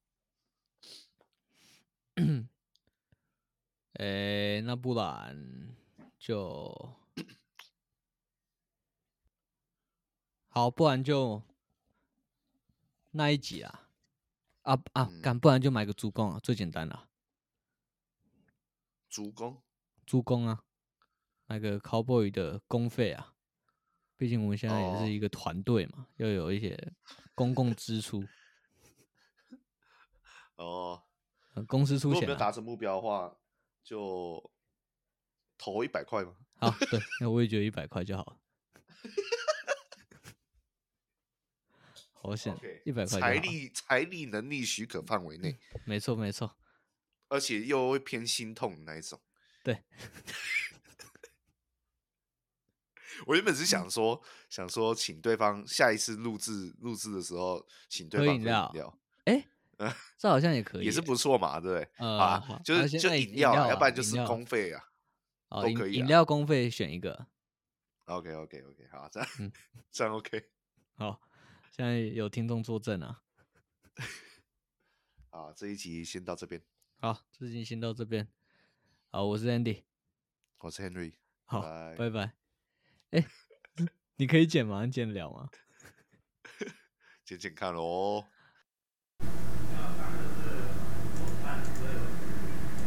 哎、那不然就好，不然就那一集啊啊啊， 嗯， 干，不然就买个猪公啊，最简单啦， 主攻猪公啊，买个 cowboy 的公费啊，毕竟我们现在也是哦一个团队嘛，要有一些公共支出， 哦， 呃公司如果没出钱啊。 有达成目标的话，就投一百块嘛。 好，对，那我也觉得一百块就好了，好险， OK， 一百块就财好了。 力财力能力许可范围内， 没错，没错， 而且又会偏心痛的那一种。 对， 我原本是想说，想说请对方下一次录制录制的时候，请对方喝饮料， 喝饮料， 哎， 嗯， 这好像也可也是以耶。 不错嘛，对不对？好呃， 啊， 好，啊， 就是就现在饮料啦，要不饮料啊， 然就是饮料， 公费啊， 哦，饮都可以啊。 饮料公费选一个。 OK OK OK，好，这样嗯， 这样 OK。 好，现在有听众作证啊。 好，这一集先到这边， 好，最近先到这边。好，我是 Andy。 我是 Henry，拜好， 拜。 拜拜。哎，你可以剪吗？你剪得了吗？ 剪剪看喽。